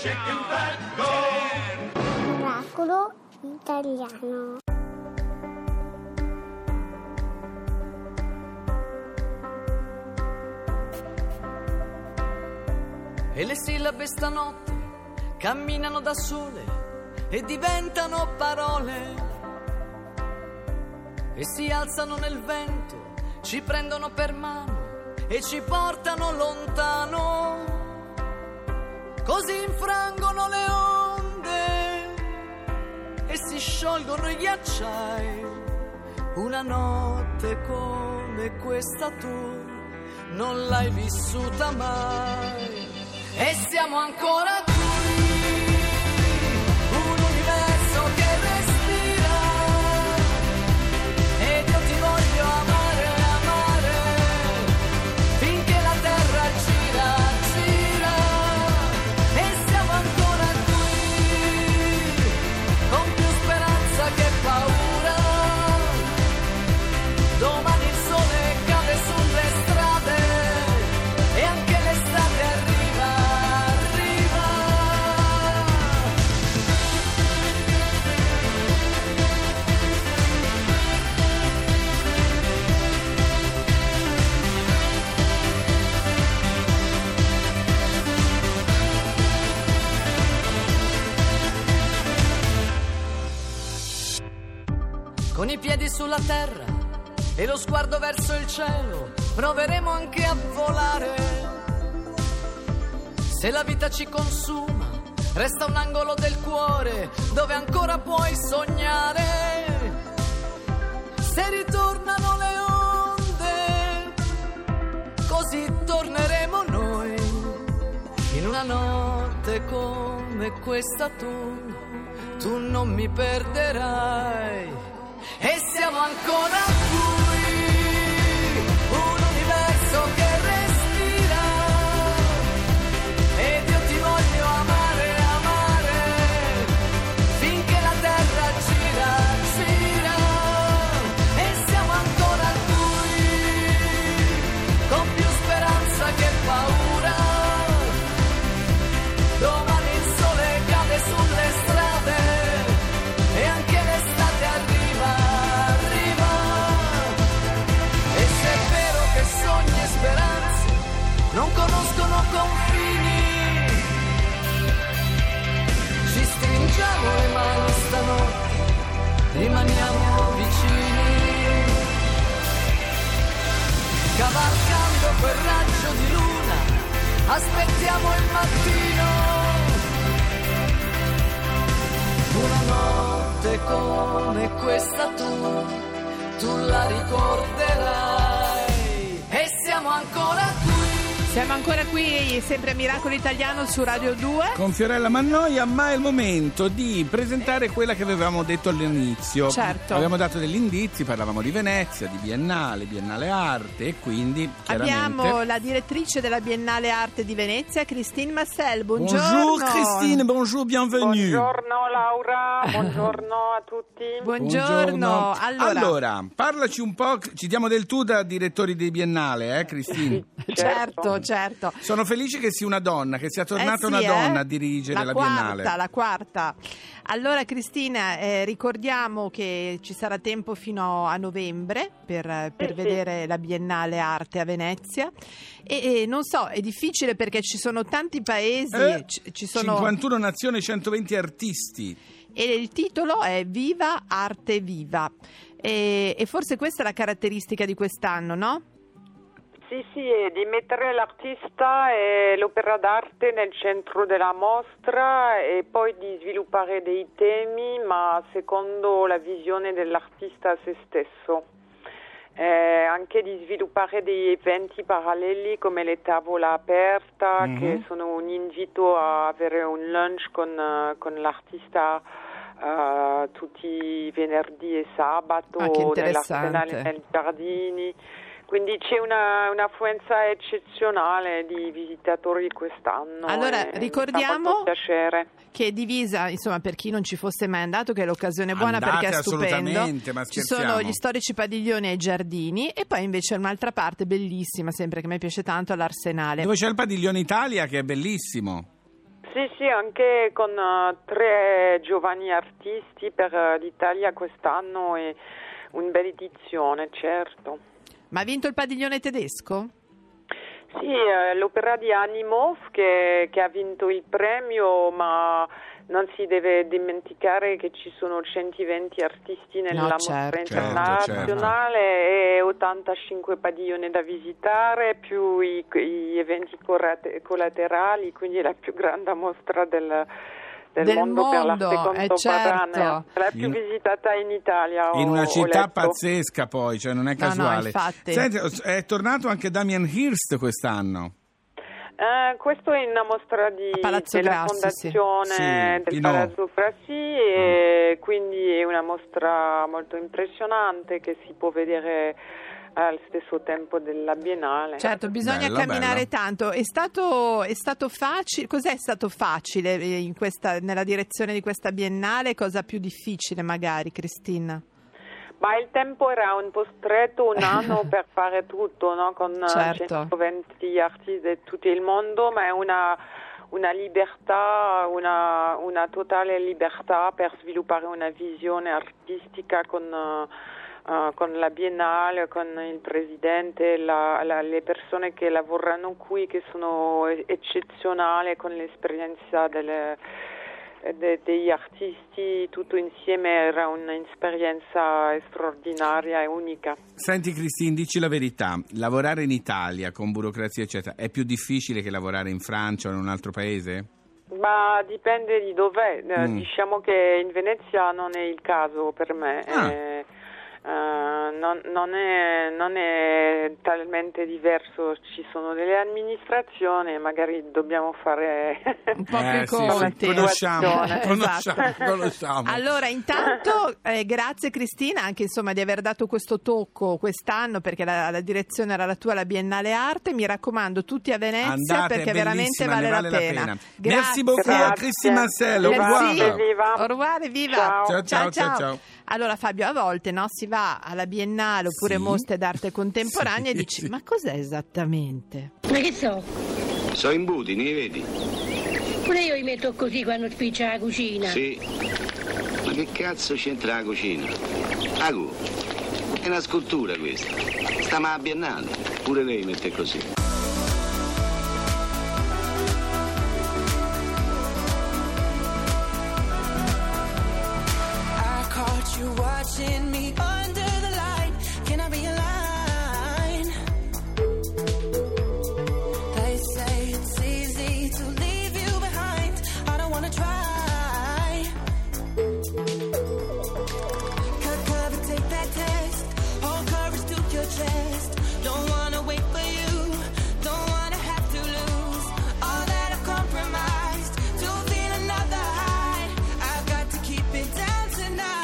chicken fat, go! Miracolo italiano. E le sillabe stanotte camminano da sole e diventano parole e si alzano nel vento, ci prendono per mano e ci portano lontano, così infrangono le onde e si sciolgono i ghiacciai. Una notte come questa tu non l'hai vissuta mai. E siamo ancora qui, un universo che respira, ed io ti voglio amare, amare, finché la terra gira, gira. E siamo ancora qui, con più speranza che paura. Domani il sole cade sulle strade e anche l'estate arriva. Con i piedi sulla terra e lo sguardo verso il cielo, proveremo anche a volare. Se la vita ci consuma, resta un angolo del cuore dove ancora puoi sognare. Se ritornano le onde, così torneremo noi. In una notte come questa tu non mi perderai. E siamo ancora qui, un universo che respira, ed io ti voglio amare, amare, finché la terra gira, gira. E siamo ancora qui, con più speranza che paura. Domani il sole cade sulle strade e anche l'estate arriva. Sogni e speranze non conoscono confini, ci stringiamo le mani stanotte, rimaniamo vicini, cavalcando quel raggio di luna, aspettiamo il mattino. Una notte come questa tu la ricorderai. Siamo ancora qui. Siamo ancora qui, sempre a Miracolo Italiano su Radio 2. Con Fiorella Mannoia, ma è il momento di presentare quella che avevamo detto all'inizio. Certo. Avevamo dato degli indizi, parlavamo di Venezia, di Biennale Arte e quindi chiaramente... Abbiamo la direttrice della Biennale Arte di Venezia, Christine Massel. Buongiorno. Bonjour Christine, bonjour, bienvenue. Buongiorno Laura, buongiorno a tutti. Buongiorno. Allora, parlaci un po', ci diamo del tu da direttori di Biennale, Christine? Certo. Sono felice che sia una donna, che sia tornata una donna a dirigere la Biennale. La quarta. Allora Cristina, ricordiamo che ci sarà tempo fino a novembre per vedere la Biennale Arte a Venezia e non so, è difficile perché ci sono tanti paesi, ci sono 51 nazioni, 120 artisti. E il titolo è Viva Arte Viva e forse questa è la caratteristica di quest'anno, no? Sì, è di mettere l'artista e l'opera d'arte nel centro della mostra e poi di sviluppare dei temi, ma secondo la visione dell'artista a se stesso. Anche di sviluppare degli eventi paralleli come le tavole aperta, che sono un invito a avere un lunch con l'artista tutti i venerdì e sabato nell'Arsenale, nei giardini. Quindi c'è un'affluenza eccezionale di visitatori quest'anno. Allora ricordiamo che è divisa, insomma, per chi non ci fosse mai andato, che è l'occasione buona. Andate, perché è stupendo. Ma ci sono gli storici padiglioni ai giardini e poi invece un'altra parte bellissima, sempre che a me piace tanto, all'Arsenale. Dove c'è il padiglione Italia che è bellissimo. Sì, anche con 3 giovani artisti per l'Italia quest'anno è una bella edizione, certo. Ma ha vinto il padiglione tedesco? Sì, l'opera di Animov che ha vinto il premio, ma non si deve dimenticare che ci sono 120 artisti nella mostra internazionale e 85 padiglioni da visitare, più i eventi collaterali, quindi è la più grande mostra del mondo per l'arte contemporanea, la più visitata in Italia. In una città pazzesca, poi, cioè non è casuale. Senti, è tornato anche Damien Hirst quest'anno. Questo è una mostra della fondazione del Palazzo Grassi e quindi è una mostra molto impressionante che si può vedere allo stesso tempo della Biennale. Certo, bisogna camminare tanto. È stato facile? Cos'è stato facile nella direzione di questa Biennale? Cosa più difficile magari, Cristina? Ma il tempo era un po' stretto, un anno per fare tutto, no? Con 120 artisti di tutto il mondo, ma è una libertà, una totale libertà per sviluppare una visione artistica con la Biennale, con il presidente, le persone che lavorano qui, che sono eccezionali, con l'esperienza degli artisti, tutto insieme era un'esperienza straordinaria e unica. Senti Cristina, dici la verità, lavorare in Italia con burocrazia eccetera è più difficile che lavorare in Francia o in un altro paese? Ma dipende di dov'è, diciamo che in Venezia non è il caso per me. Non è talmente diverso, ci sono delle amministrazioni, magari dobbiamo fare un po' più conti. Conosciamo. Allora intanto grazie Cristina anche di aver dato questo tocco quest'anno, perché la direzione era la tua, la Biennale Arte. Mi raccomando, tutti a Venezia, perché veramente vale la pena. Merci beaucoup Cristina Marcel, au revoir. Au revoir, viva. Ciao. Allora Fabio, a volte si va alla Biennale oppure mostre d'arte contemporanea e dici ma cos'è esattamente? Ma che so? So imbuti, ne vedi? Pure io li metto così quando spiccia la cucina. Sì. Ma che cazzo c'entra la cucina? Agu, è una scultura questa. Stiamo alla Biennale, pure lei mette così. Watching me under the light, can I be a line? They say it's easy to leave you behind. I don't wanna try. Cut cover, take that test. Hold courage to your chest. Don't wanna wait for you. Don't wanna have to lose all that I've compromised to feel another high. I've got to keep it down tonight.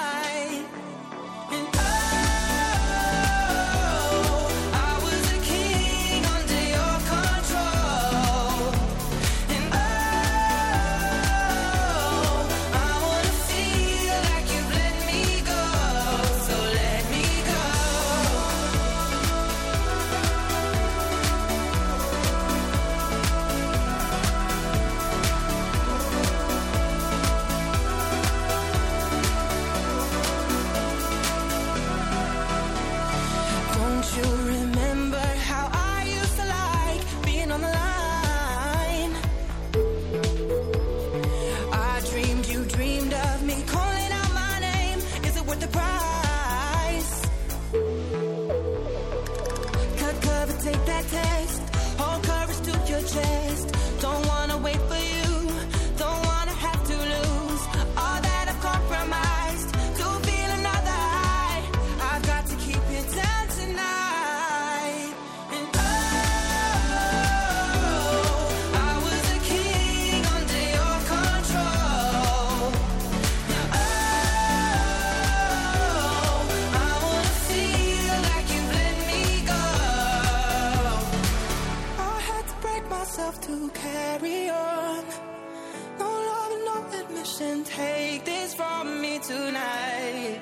To carry on, no love and no admission. Take this from me tonight.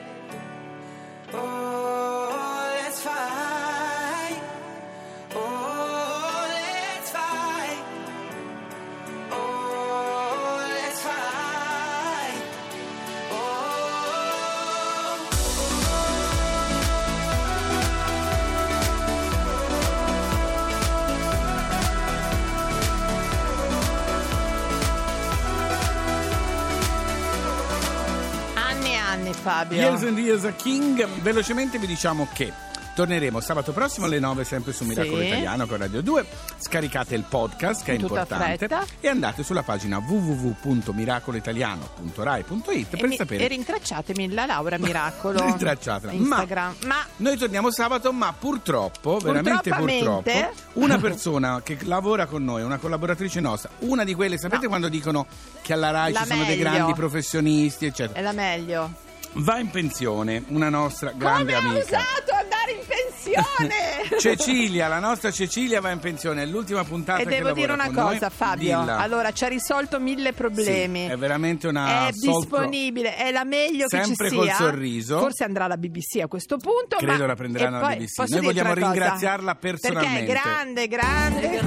Oh, let's fight. Oh, let's fight. Oh. Fabio. Years and Years a King. Velocemente vi diciamo che torneremo sabato prossimo alle 9 sempre su Miracolo Italiano con Radio 2. Scaricate il podcast che è importante e andate sulla pagina www.miracoloitaliano.rai.it per sapere. E rintracciatemi la Laura Miracolo. Rintracciatela. Instagram. Ma noi torniamo sabato, ma purtroppo, veramente purtroppo, una persona che lavora con noi, una collaboratrice nostra, una di quelle, sapete quando dicono che alla Rai ci sono dei grandi professionisti, eccetera. È la meglio. Va in pensione, una nostra grande amica. Come ha osato andare in pensione? Cecilia, la nostra Cecilia va in pensione, è l'ultima puntata che lavora con noi. E devo dire una cosa, Fabio. Dilla. Allora, ci ha risolto 1000 problemi. Sì, è veramente una... È disponibile, è la meglio che ci sia. Sempre col sorriso. Forse andrà alla BBC a questo punto. Credo la prenderanno alla BBC. Noi vogliamo ringraziarla personalmente. Perché è grande.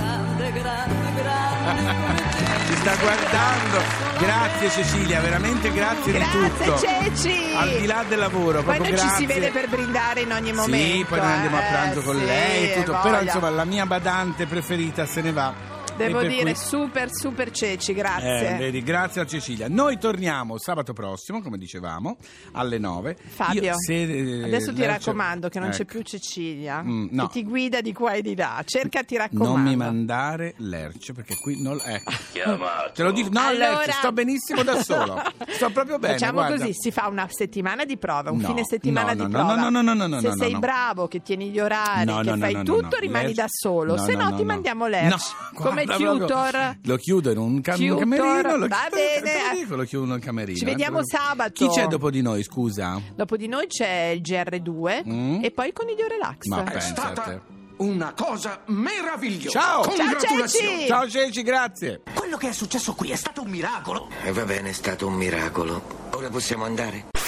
Ci sta guardando. Grazie Cecilia, veramente grazie di tutto. Grazie Ceci. Al di là del lavoro, poi proprio noi grazie. ci si vede per brindare in ogni momento. Sì, poi noi andiamo a pranzo con lei e tutto. Voglia. Però insomma la mia badante preferita se ne va. Devo dire, super Ceci, grazie. Vedi, grazie a Cecilia. Noi torniamo sabato prossimo, come dicevamo, alle 9. Fabio, adesso ti raccomando che non c'è più Cecilia, no. che ti guida di qua e di là. Cerca, ti raccomando. Non mi mandare Lerch, perché qui non... Chiamato. Te lo dico, no, allora... Lerch, sto benissimo da solo. Sto proprio bene, facciamo guarda. Così, si fa una settimana di prova, un fine no, settimana di prova. No, se sei bravo, che tieni gli orari, che fai tutto, rimani da solo. Se no ti mandiamo Lerch come tutor. Lo chiudo in un camerino. Va bene. Lo chiudo in camerino. Ci vediamo sabato. Chi c'è dopo di noi, scusa? Dopo di noi c'è il GR2 e poi il Coniglio Relax. Ma È stata una cosa meravigliosa. Ciao. Congratulazioni. Ciao Ceci, grazie. Quello che è successo qui è stato un miracolo. E va bene, è stato un miracolo. Ora possiamo andare?